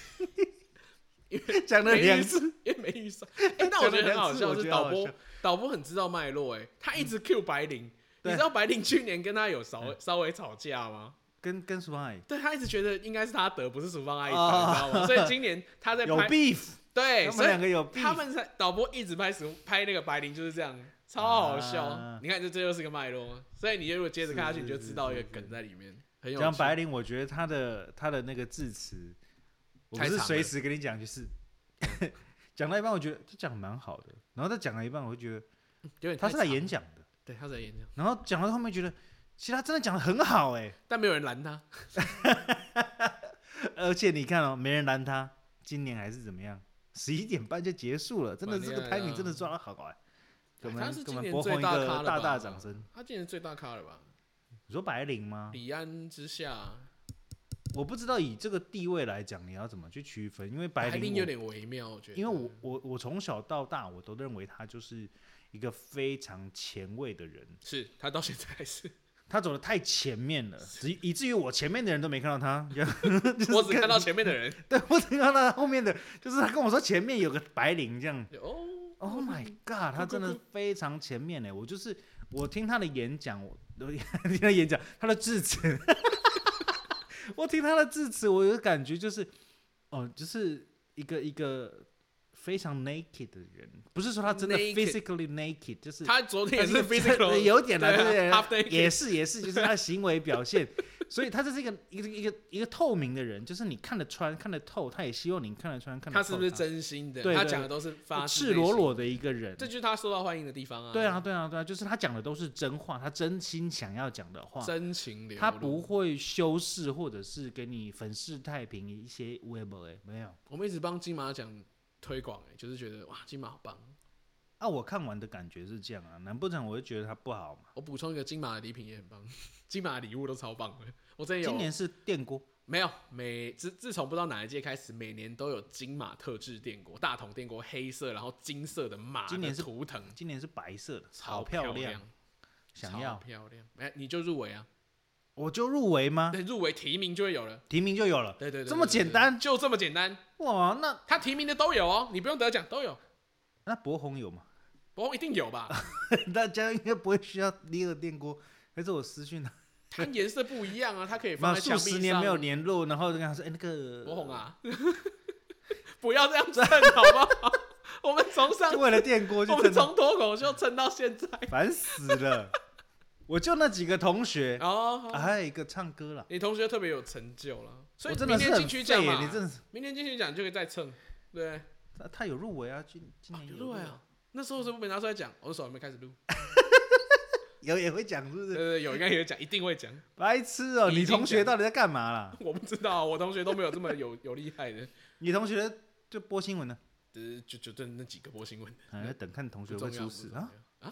讲了两次， 因为没预算。哎，但我觉得很好笑，是导播导播很知道脉络，哎，他一直 cue 白灵，嗯，你知道白灵去年跟他有稍微，嗯，稍微吵架吗？ 跟跟淑芳阿姨， 对，他一直觉得应该是他得，不是淑芳阿姨得，哦，你知道吗？所以今年他在拍有 beef， 对， 他们两个有 beef， 他们才导播一直拍拍那个白灵就是这样，超好笑。啊，你看这这又是个脉络，所以你如果接着看下去，你就知道一个梗在里面，很有趣。 讲白灵，我觉得他的他的那个致辞，我不是随时跟你讲，就是讲到一半，我觉得这讲的蛮好的，然后再讲到一半，我会觉得， 有点他是在演讲的， 对，他是在演讲， 然后讲到后面觉得，其实他真的讲的很好哎、欸， 但没有人拦他， 而且你看哦，没人拦他，今年还是怎么样，十一点半就结束了，真的这个 timing 真的抓得好哎、欸， 他是今年给我们最大咖了吧， 大大掌声， 他今年最大咖了吧？ 你说白灵吗？ 李安之下。 我不知道以这个地位来讲，你要怎么去区分？因为白灵有点微妙，我觉得。 因为我我我从小到大，我都认为他就是一个非常前卫的人。 是他到现在还是？ 他走的太前面了，以至于我前面的人都没看到他。 就是、我只看到前面的人。 对，我只看到他后面的，就是他跟我说前面有个白灵这样。 哦 ，Oh my God， 他真的非常前面呢。我就是我听他的演讲，我听他演讲，他的致辞。我听他的致辞，我有感觉就是，哦，就是一个一个非常 naked 的人，不是说他真的 physically naked， 就是他昨天也是 physically， 有点啦，对不对？也是也是，就是他的行为表现，所以他这是一个一个一个一个透明的人，就是你看得穿、看得透，他也希望你看得穿、看得透。 他是不是真心的？ 对， 他讲的都是发自赤裸裸的一个人， 这就是他受到欢迎的地方啊！ 对啊，对啊，对啊，就是他讲的都是真话，他真心想要讲的话， 真情流露， 他不会修饰或者是给你粉饰太平一些微博哎，没有。 我们一直帮金马奖推广哎，就是觉得哇，金马好棒。 啊，我看完的感觉是这样啊，难不成我就觉得他不好嘛？ 我补充一个，金马的礼品也很棒，金马的礼物都超棒的。我之前有， 今年是电锅。 没有，每自自从不知道哪一届开始，每年都有金马特制电锅，大桶电锅，黑色，然后金色的马的图腾。 今年是白色的， 超漂亮， 想要超漂亮。哎、欸，你就入围啊？ 我就入围吗？ 对，入围提名就会有了， 提名就有了。 对对 对, 对, 对, 对， 这么简单， 就这么简单。 哇，那他提名的都有哦，你不用得奖都有。 那博红有吗？ 博红一定有吧？ 大家应该不会需要离尔电锅，还是我私讯他？ 它颜色不一样啊，它可以放在墙壁上。 数十年没有联络，然后就跟他说：“哎、欸，那个博红啊，不要这样蹭好不好？我们从上就为了电锅， 我们从脱口秀蹭到现在， 烦死了。我就那几个同学哦， 啊、还有一个唱歌了。 你同学特别有成就了，所以明年金曲奖嘛， 你真的是明年金曲奖就可以再蹭，对。 他, 他有入围啊，今今年有入围啊。那时候是不是没拿出来讲？我那时候还没开始录。 有也会讲是不是？ 对对，有应该也会讲，一定会讲。 白痴哦、喔！你同学到底在干嘛啦？ 我不知道，我同学都没有这么有有厉害的。 你同学就播新闻呢？ 呃，就就就那几个播新闻的， 还在等看同学会出事啊啊！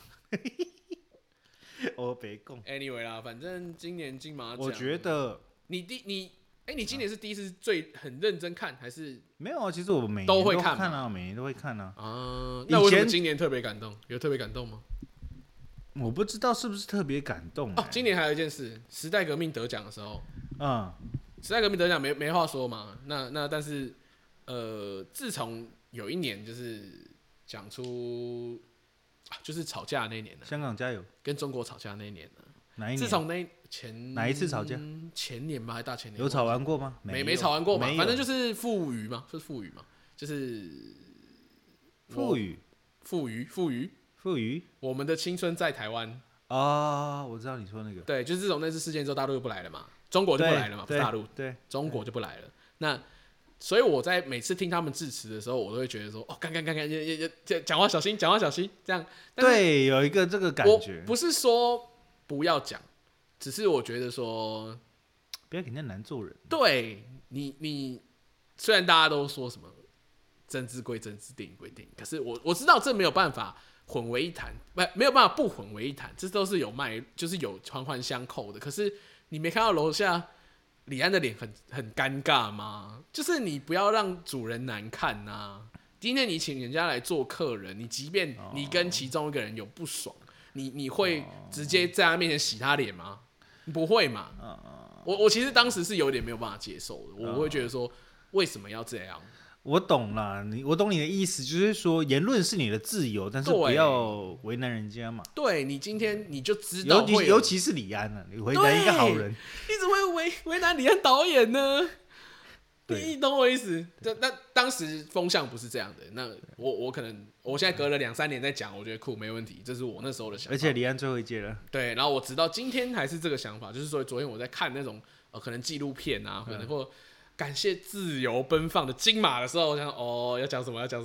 我别讲。 Anyway 啦，反正今年金马奖， 我觉得你第你哎、欸，你今年是第一次最很认真看，还是没有啊？其实我每年都会看啊，每年都会看啊。 啊，那为什么今年特别感动？有特别感动吗？ 我不知道是不是特别感动、欸、 哦。今年还有一件事，时代革命得奖的时候， 嗯， 时代革命得奖没没话说嘛。那那但是呃，自从有一年就是讲出、啊，就是吵架那一年呢、啊， 香港加油， 跟中国吵架那一年呢、啊， 哪一年？ 自从那前哪一次吵架？ 前年吧，还是大前年？ 有吵完过吗？ 没没吵完过嘛，反正就是富余嘛，就是富余嘛，就是富余， 富余，富余。 富余， 我们的青春在台湾啊、哦！我知道你说那个， 对，就是自从那次事件之后，大陆就不来了嘛，中国就不来了嘛，不是大陆， 对， 中国就不来了。那所以我在每次听他们致辞的时候，我都会觉得说，哦，干干干干，讲话小心，讲话小心，这样。 对，有一个这个感觉， 不是说不要讲，只是我觉得说， 不要给人家难做人。 对你，你虽然大家都说什么政治归政治，电影归电影，可是我我知道这没有办法混为一谈，没有办法不混为一谈，这都是有脉，就是有环环相扣的。可是你没看到楼下李安的脸很很尴尬吗？就是你不要让主人难看呐、啊。今天你请人家来做客人，你即便你跟其中一个人有不爽，你你会直接在他面前洗他脸吗？不会嘛。我我其实当时是有点没有办法接受的，我会觉得说为什么要这样？ 我懂啦，你我懂你的意思，就是说言论是你的自由，但是不要为难人家嘛。 对，你今天你就知道会有， 尤其是李安啊，你为难一个好人， 你怎么会为为难李安导演呢？你懂我意思？那那当时风向不是这样的，那我我可能我现在隔了两三年再讲，我觉得酷没问题，这是我那时候的想法。 而且李安最后一届了， 对，然后我直到今天还是这个想法，就是说昨天我在看那种呃可能纪录片啊，可能或。感谢自由奔放的金马的时候，我想哦要讲什么要讲什么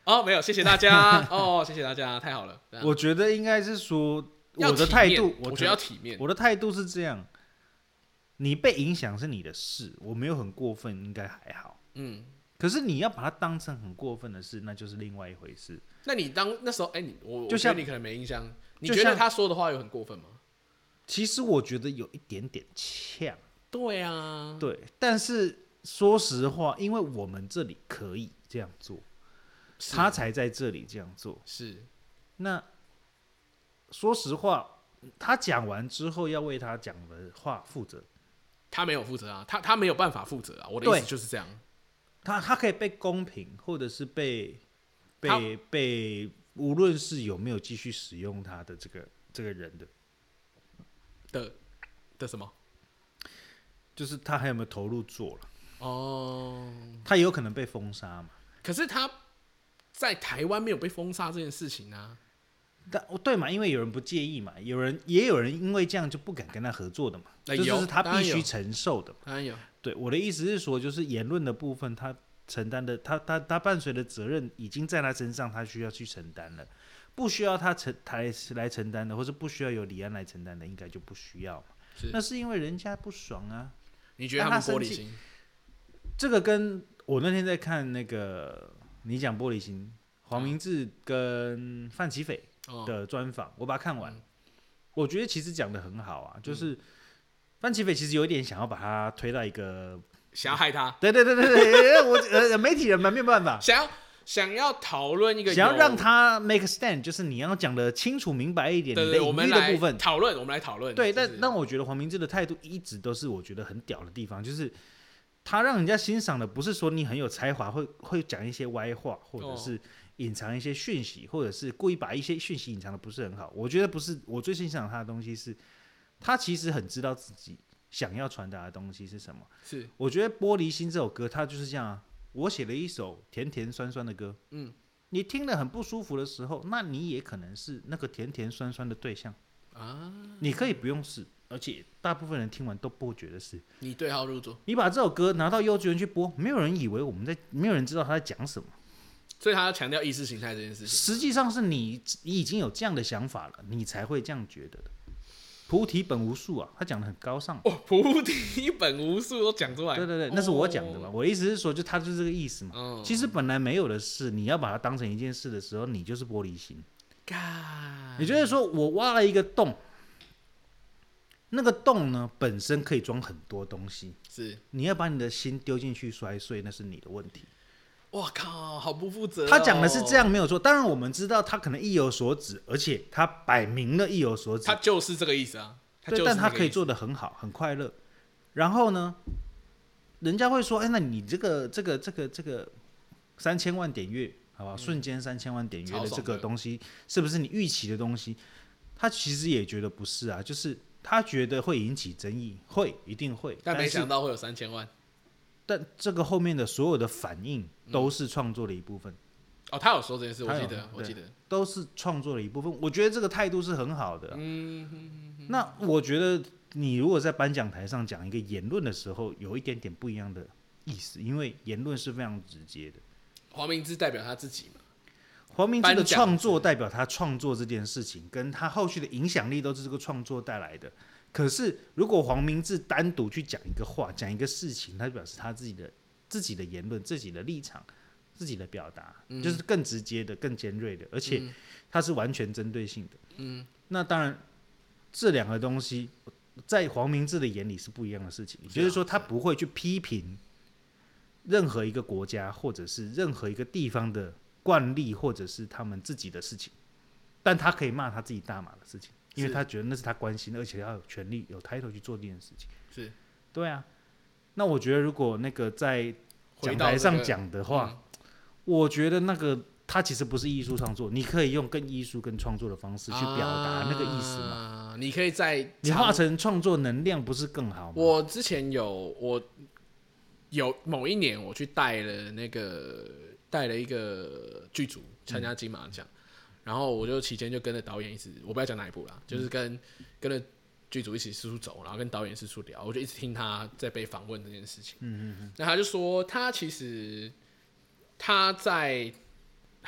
哦，没有，谢谢大家哦，谢谢大家，太好了。 我觉得应该是说我的态度， 我觉得要体面。 我的态度是这样，你被影响是你的事，我没有很过分，应该还好。嗯。可是你要把它当成很过分的事，那就是另外一回事。 那你当那时候，哎、欸，我就像我觉得你可能没印象，你觉得他说的话有很过分吗？ 其实我觉得有一点点呛。 对啊， 对，但是说实话，因为我们这里可以这样做，他才在这里这样做。 是， 那说实话，他讲完之后要为他讲的话负责， 他没有负责啊，他他没有办法负责啊。我的意思就是这样。 他他可以被公平，或者是被被被，无论是有没有继续使用他的这个这个人的的的什么， 就是他还有没有投入做了哦， 他有可能被封杀嘛？ 可是他在台湾没有被封杀这件事情啊。 但对嘛，因为有人不介意嘛，有人也有人因为这样就不敢跟他合作的嘛，这就是他必须承受的嘛。 当然有。 对，我的意思是说，就是言论的部分，他承担的，他他他伴随的责任已经在他身上，他需要去承担了，不需要他承来来承担的，或是不需要由李安来承担的，应该就不需要嘛。 是那是因为人家不爽啊。 你觉得他们玻璃心？ 这个跟我那天在看那个你讲玻璃心，黄明志跟范琪斐的专访，我把它看完，嗯，我觉得其实讲的很好啊，就是范琪斐其实有一点想要把他推到一个想要害他， 对对对对对，我呃媒体人嘛没有办法， 想要想要讨论一个， 想要让他 make a stand， 就是你要讲的清楚明白一点，你的隐喻的部分讨论，我们来讨论。 对，但但我觉得黄明志的态度一直都是我觉得很屌的地方，就是他让人家欣赏的不是说你很有才华，会会讲一些歪话，或者是隐藏一些讯息，或者是故意把一些讯息隐藏的不是很好。我觉得不是，我最欣赏他的东西是，他其实很知道自己想要传达的东西是什么。 是， 我觉得《玻璃心》这首歌，它就是这样啊。我写了一首甜甜酸酸的歌，嗯，你听了很不舒服的时候，那你也可能是那个甜甜酸酸的对象啊。你可以不用是，而且大部分人听完都不觉得是。 你对号入座。 你把这首歌拿到幼稚园去播，没有人以为我们在，没有人知道他在讲什么。 所以他要强调意识形态这件事情。 实际上是你，你已经有这样的想法了，你才会这样觉得的。菩提本无树啊，他讲的很高尚。 哦，菩提本无树都讲出来。 对对对，那是我讲的嘛。哦、我的意思是说，就他就是这个意思嘛。哦、其实本来没有的事，你要把它当成一件事的时候，你就是玻璃心。也就是说，我挖了一个洞，那个洞呢本身可以装很多东西。 是， 你要把你的心丢进去摔碎，那是你的问题。 哇靠，好不负责、哦。 他讲的是这样没有错，当然我们知道他可能意有所指，而且他摆明了意有所指， 他就是这个意思啊。他对，但他可以做得很好，很快乐。然后呢，人家会说：“哎，那你这个这个这个这个三千万点阅，好不好？嗯、瞬间三千万点阅的这个东西，是不是你预期的东西？”他其实也觉得不是啊，就是他觉得会引起争议，会一定会， 但没想到会有三千万。 但这个后面的所有的反应都是创作的一部分。嗯、 哦，他有说这件事，我记得，我记得都是创作的一部分。我觉得这个态度是很好的、啊。嗯哼哼哼，那我觉得你如果在颁奖台上讲一个言论的时候，有一点点不一样的意思，因为言论是非常直接的。 黄明志代表他自己嘛？ 黄明志的创作代表他创作这件事情，跟他后续的影响力都是这个创作带来的。可是，如果黄明志单独去讲一个话、讲一个事情，他表示他自己的自己的言论、自己的立场、自己的表达，嗯、就是更直接的、更尖锐的，而且他是完全针对性的。嗯，那当然，这两个东西在黄明志的眼里是不一样的事情。也就是说，他不会去批评任何一个国家或者是任何一个地方的惯例，或者是他们自己的事情，但他可以骂他自己大马的事情。因为他觉得那是他关心，而且要有权利、有 title 去做这件事情。 是， 对啊。那我觉得，如果那个在讲台上讲的话、这个嗯，我觉得那个他其实不是艺术创作，你可以用更艺术、更创作的方式去表达那个意思嘛。 啊、你可以在你化成创作能量，不是更好吗？ 我之前有我有某一年我去带了那个带了一个剧组参加金马奖。嗯，然后我就期间就跟着导演一直，我不要讲哪一部啦，嗯、就是跟跟着剧组一起四处走，然后跟导演四处聊，我就一直听他在被访问这件事情。嗯嗯嗯。那他就说，他其实他在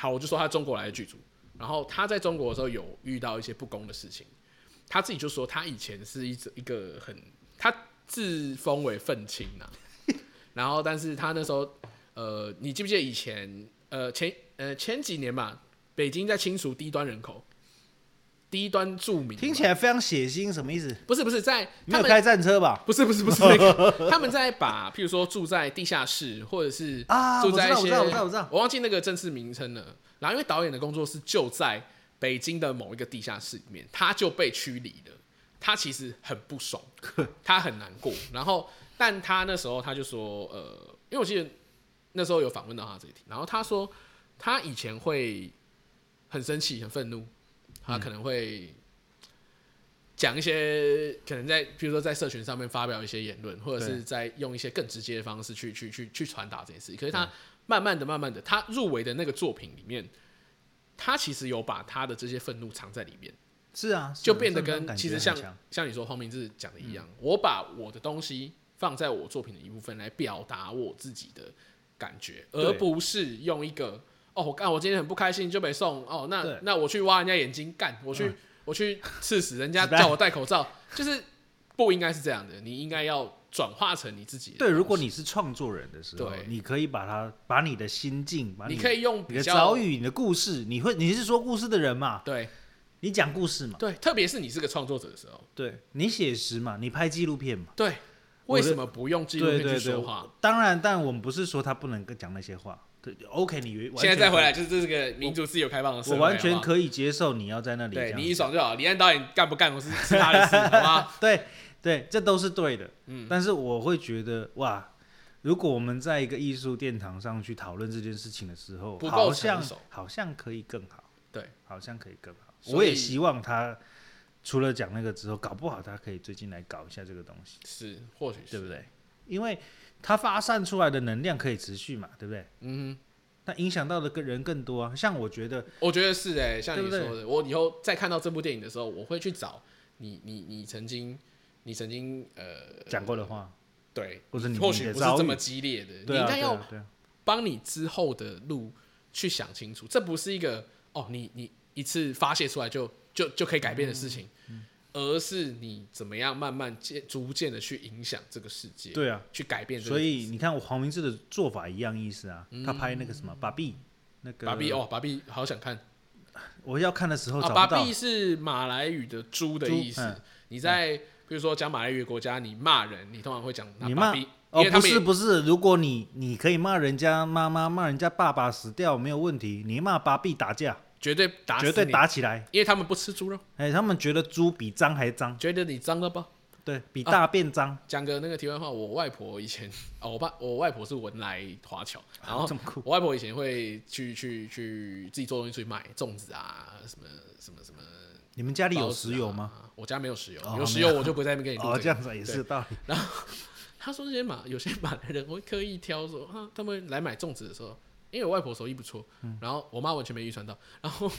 好，我就说他中国来的剧组，然后他在中国的时候有遇到一些不公的事情，他自己就说他以前是一一个很，他自封为愤青啊，然后但是他那时候，呃，你记不记得以前，呃前呃前几年吧，北京在清除低端人口。低端住民听起来非常血腥，什么意思？ 不是不是在没有开战车吧？ 不是不是不是那个，他们在把譬如说住在地下室，或者是住在一些， 啊、我知道我知道我知道， 我忘记那个正式名称了。然后因为导演的工作室就在北京的某一个地下室里面，他就被驱离了。他其实很不爽，他很难过。然后，但他那时候他就说，呃，因为我记得那时候有访问到他这一题，然后他说他以前会很生气、很愤怒。他可能会讲一些，可能在比如说在社群上面发表一些言论，或者是在用一些更直接的方式去去去去传达这件事情。可是他慢慢的、慢慢的，他入围的那个作品里面，他其实有把他的这些愤怒藏在里面。 是啊， 就变得跟其实像像你说黄明志讲的一样，嗯、我把我的东西放在我作品的一部分来表达我自己的感觉，而不是用一个。哦，我干，我今天很不开心就被送哦，那那我去挖人家眼睛干，我去、嗯、我去刺死人家，叫我戴口罩，就是不应该是这样的，你应该要转化成你自己的。 对，如果你是创作人的时候，你可以把它把你的心境，把 你, 你可以用你的遭遇、你的故事，你会你是说故事的人嘛？ 对， 你讲故事嘛？ 对，特别是你是个创作者的时候， 对你写实嘛，你拍纪录片嘛？ 对，为什么不用纪录片去说话？ 对对对，当然，但我们不是说他不能讲那些话。对 ，OK， 你现在再回来就是这个民主自由开放的社会， 我完全可以接受你要在那里。 对你一爽就好，李安导演干不干我是是他的事，好吗？ 对对，这都是对的。嗯，但是我会觉得哇，如果我们在一个艺术殿堂上去讨论这件事情的时候，好像好像可以更好。 对， 好像可以更好。我也希望他除了讲那个之后，搞不好他可以最近来搞一下这个东西。 是，或许是， 对不对？因为它发散出来的能量可以持续嘛，对不对？ 嗯哼， 那影响到的人更多啊。像我觉得， 我觉得是哎、欸，像你说的，對對，我以后再看到这部电影的时候，我会去找你，你，你曾经，你曾经呃讲过的话， 对， 或者你或许不是这么激烈的， 啊、 你应该要帮你之后的路去想清楚，这不是一个哦，你你一次发泄出来就就就可以改变的事情。嗯嗯，而是你怎么样慢慢逐渐的去影响这个世界， 对啊， 去改变这个。 所以你看，我黄明志的做法一样意思啊。嗯、他拍那个什么《芭比》，那个芭比哦，芭比好想看。 我要看的时候找不到。 芭比是马来语的猪的意思。嗯、你在比如说讲马来语的国家，你骂人，你通常会讲你骂。 哦，不是不是，如果你你可以骂人家妈妈，骂人家爸爸死掉没有问题，你骂芭比打架。 绝对打死你， 绝对打起来， 因为他们不吃猪肉。 哎、欸，他们觉得猪比脏还脏， 觉得你脏了吧？ 对，比大便脏。 讲、啊、个那个题外话，我外婆以前啊、哦，我爸我外婆是文莱华侨，然后这么酷。 我外婆以前会去去去自己做东西出去卖粽子啊，什么什么什么。 你们家里有石油吗？ 啊、我家没有石油，哦、有石油我就不会在那边跟你录、這個。 哦，这样子也是有道理。 然后他说这些马有些马来人会刻意挑说，啊，他们来买粽子的时候。因为我外婆手艺不错，嗯、然后我妈完全没预算到，然后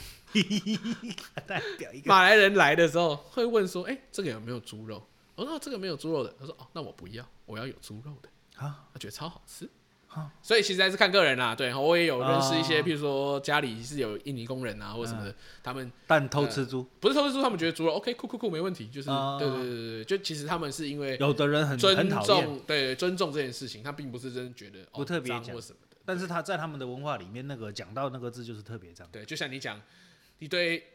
马来人来的时候会问说：“哎、欸，这个有没有猪肉？”我说：“这个没有猪肉的。”他说：“哦，那我不要，我要有猪肉的。”啊，他觉得超好吃。所以其实还是看个人啦，对，我也有认识一些，譬如说家里是有印尼工人啊，或者什么的，嗯、他们但偷吃猪、 呃，不是偷吃猪，他们觉得猪肉 OK， 酷酷酷，没问题，就是、啊、对对对对，就其实他们是因为有的人很尊重，对尊重这件事情，他并不是真的觉得不特别脏或什么的， 但是他在他们的文化里面，那个讲到那个字就是特别脏， 对，就像你讲，你对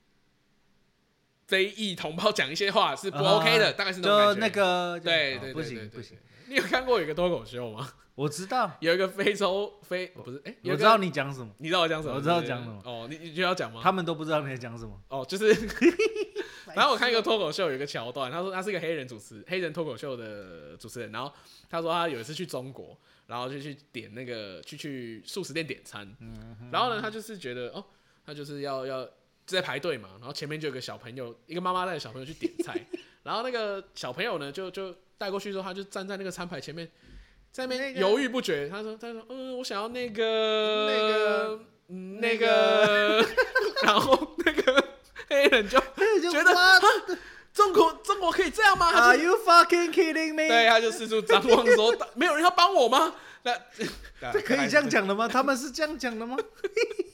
非裔同胞讲一些话是不 OK 的，啊、大概是那种感觉， 就那个对对对，不行不行，你有看过有一个脱口秀吗？ 我知道有一个非洲非不是哎、欸， 我知道你讲什么， 你知道我讲什么， 我知道讲什么。 哦，你你就要讲吗？ 他们都不知道你在讲什么。 哦，就是，然后我看一个脱口秀有一个桥段，他说他是一个黑人主持，黑人脱口秀的主持人，然后他说他有一次去中国，然后就去点那个去去素食店点餐，嗯、然后呢他就是觉得哦，他就是要要在排队嘛，然后前面就有个小朋友，一个妈妈带着小朋友去点菜，然后那个小朋友呢就就带过去之后，他就站在那个餐牌前面。在那边犹豫不决，他说：“他说，嗯，我想要那个那个、嗯、那个，然后那个黑人就覺得中國中國可以這樣嗎 ？Are you fucking kidding me？ 對，他就四處張望說：沒有人要幫我嗎？那這可以這樣講的嗎？他們是這樣講的嗎？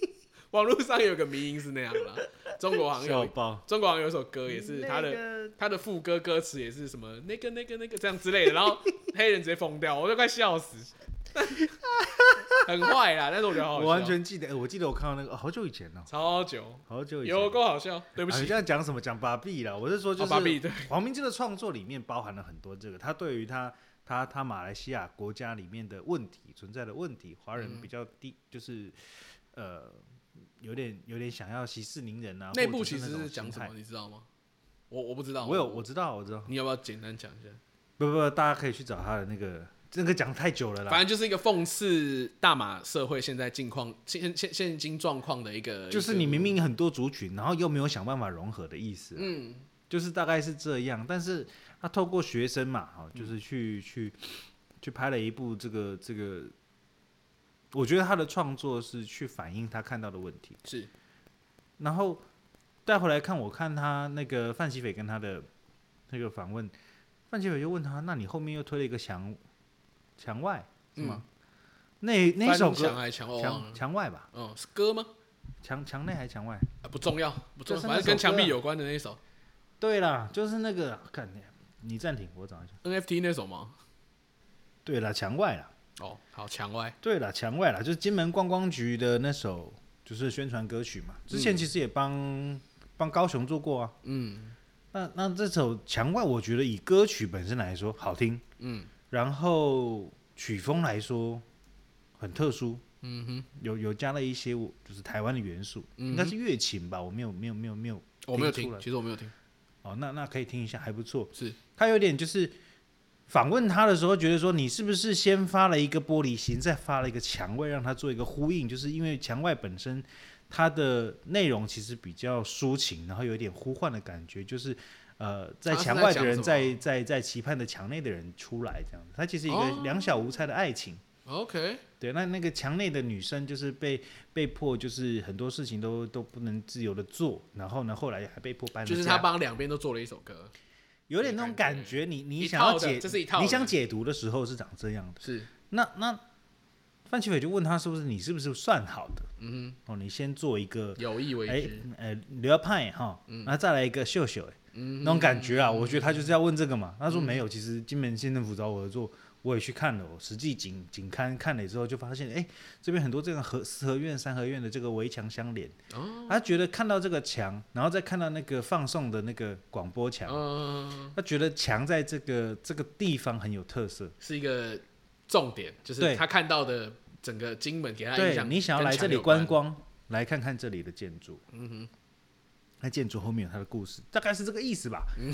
网络上有个迷因是那样啦，中国好像有，中国好像有一首歌也是他的、那個、他的副歌歌词也是什么那个那个那个这样之类的，然后黑人直接疯掉，我就快笑死。很坏啦，但是我觉得好好笑。 我完全记得，我记得我看到那个、哦、好久以前了、喔， 超久， 好久以前， 有够好笑。对不起， 啊、你这样讲什么？讲芭比啦，我是说就是黄明志的创作里面包含了很多这个，他对于他他他马来西亚国家里面的问题存在的问题，华人比较低，嗯、就是呃有点有点想要息事宁人啊。 那部其实是讲什么，你知道吗？我我不知道， 我有我知道我知道。 你要不要简单讲一下？ 不不不，大家可以去找他的那个。这个讲太久了啦， 反正就是一个讽刺大马社会现在境况、现现现今状况的一个， 就是你明明很多族群，然后又没有想办法融合的意思、啊，嗯，就是大概是这样。但是他透过学生嘛，哈，就是去、嗯、去去拍了一部这个这个，我觉得他的创作是去反映他看到的问题， 是。 然后带回来看，我看他那个范琪斐跟他的那个访问，范琪斐就问他，那你后面又推了一个墙。墙外是吗？嗯、那那首歌墙还墙外墙墙外吧？ 嗯，是歌吗？ 墙墙内还是墙外？ 啊，不重要，不重要，反正跟墙壁有关的那一首。 对啦，就是那个，看你暂停，我找一下。 N F T 那首吗？ 对啦，墙外啦。 哦，好，墙外。 对啦，墙外啦，就是金门观光局的那首，就是宣传歌曲嘛。之前其实也帮帮高雄做过啊。嗯。那那这首墙外，我觉得以歌曲本身来说好听。嗯。然后曲风来说很特殊，嗯哼，有有加了一些就是台湾的元素，嗯、应该是乐琴吧，我没有没有没有没有， 我没有听，其实我没有听。 哦，那那可以听一下，还不错。 是， 他有点就是访问他的时候，觉得说你是不是先发了一个玻璃心，再发了一个墙外，让他做一个呼应，就是因为墙外本身它的内容其实比较抒情，然后有一点呼唤的感觉，就是。呃，在墙外的人在在在期盼的墙内的人出来，这样子，它其实一个两小无猜的爱情。 哦、OK， 对，那那个墙内的女生就是被被迫，就是很多事情都都不能自由的做，然后呢，后来还被迫搬了家。 就是他帮两边都做了一首歌， 有点那种感觉。你你想要解， 这是一套， 你想解读的时候是长这样的。 是， 那那范琪斐就问他是不是你是不是算好的？嗯哼，哦，你先做一个有意为之， 哎，呃，刘派哈，然后再来一个秀秀，嗯、那种感觉啊，我觉得他就是要问这个嘛。他说没有，其实金门县政府找我合作，我也去看了，我实际景景勘看了之后，就发现，哎，这边很多这个合四合院、三合院的这个围墙相连。哦，他觉得看到这个墙，然后再看到那个放送的那个广播墙，哦、他觉得墙在这个这个地方很有特色， 是一个重点，就是他看到的整个金门给他印象。 对，你想要来这里观光，来看看这里的建筑。嗯哼。那建筑后面有它的故事，大概是这个意思吧。嗯、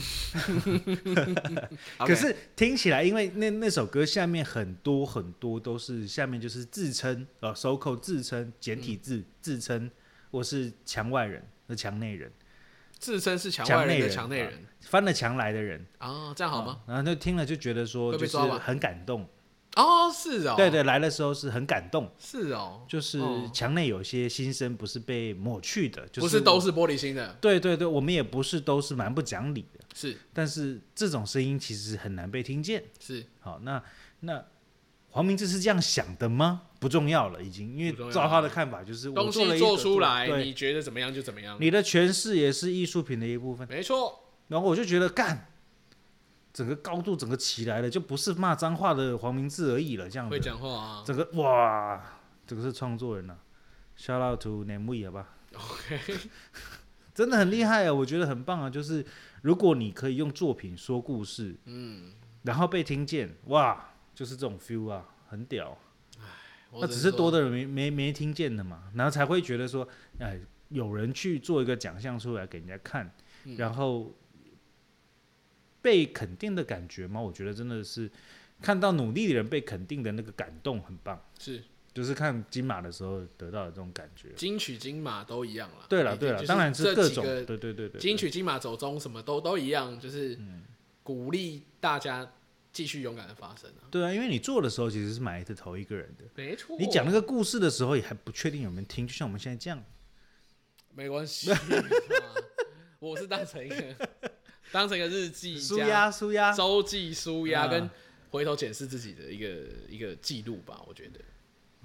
可是听起来，因为那那首歌下面很多很多都是下面就是自称呃收扣自称简体字、嗯、自称我是墙外人和墙内人， 自称是墙外人的墙内人，人翻了墙来的人啊、哦，这样好吗？ 然后就听了就觉得说就是很感动。 哦，是哦， 对对，来的时候是很感动， 是哦， 就是墙内有些心声不是被抹去的，就是、 不是都是玻璃心的， 对对对，我们也不是都是蛮不讲理的， 是， 但是这种声音其实很难被听见， 是， 好，那那黄明志是这样想的吗？不重要了，已经，因为照他的看法就是我做了一个东西做出来，你觉得怎么样就怎么样， 你的诠释也是艺术品的一部分， 没错， 然后我就觉得干。整个高度整个起来了，就不是骂脏话的黄明志而已了，这样子。 会讲话啊！ 整个哇，这个是创作人啊 ，shout out to Namewee 好吧 ？OK， 真的很厉害啊，我觉得很棒啊。就是如果你可以用作品说故事，嗯，然后被听见，哇，就是这种 feel 啊，很屌。那只是多的人没没没听见的嘛，然后才会觉得说，哎，有人去做一个奖项出来给人家看，嗯、然后。被肯定的感觉吗？我觉得真的是看到努力的人被肯定的那个感动很棒， 是， 就是看金马的时候得到的这种感觉。 金曲金马都一样啦。 对了对了，当然是各种，对对对 对, 对， 金曲金马走中什么都都一样，就是鼓励大家继续勇敢的发声啊。 对啊，因为你做的时候其实是埋着头一个人的， 没错。 你讲那个故事的时候也还不确定有没有人听，就像我们现在这样。 没关系，我是当成一个。当成一个日记、 舒压、舒压、 周记、舒压，跟回头检视自己的一个一个记录吧，我觉得。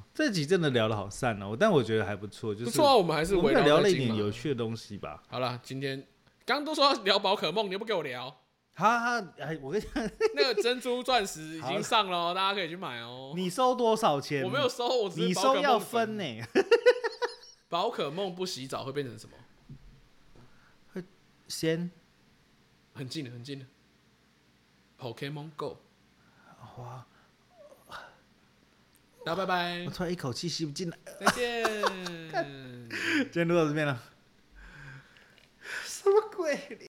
这集真的聊得好散哦，但我觉得还不错，就是不错啊，我们还是围绕聊了一点有趣的东西吧。 好了，今天刚刚都说要聊宝可梦，你又不给我聊。 哈哈，哎，我跟你讲， 那个珍珠钻石已经上了，大家可以去买哦。 你收多少钱？ 我没有收，我只是你收要分呢。 宝可梦不洗澡会变成什么？ 会先很近了，很近了。Pokemon Go。 哇！ 大家拜拜。 我突然一口气吸不进来。 再见。 今天录到这边了。什么鬼？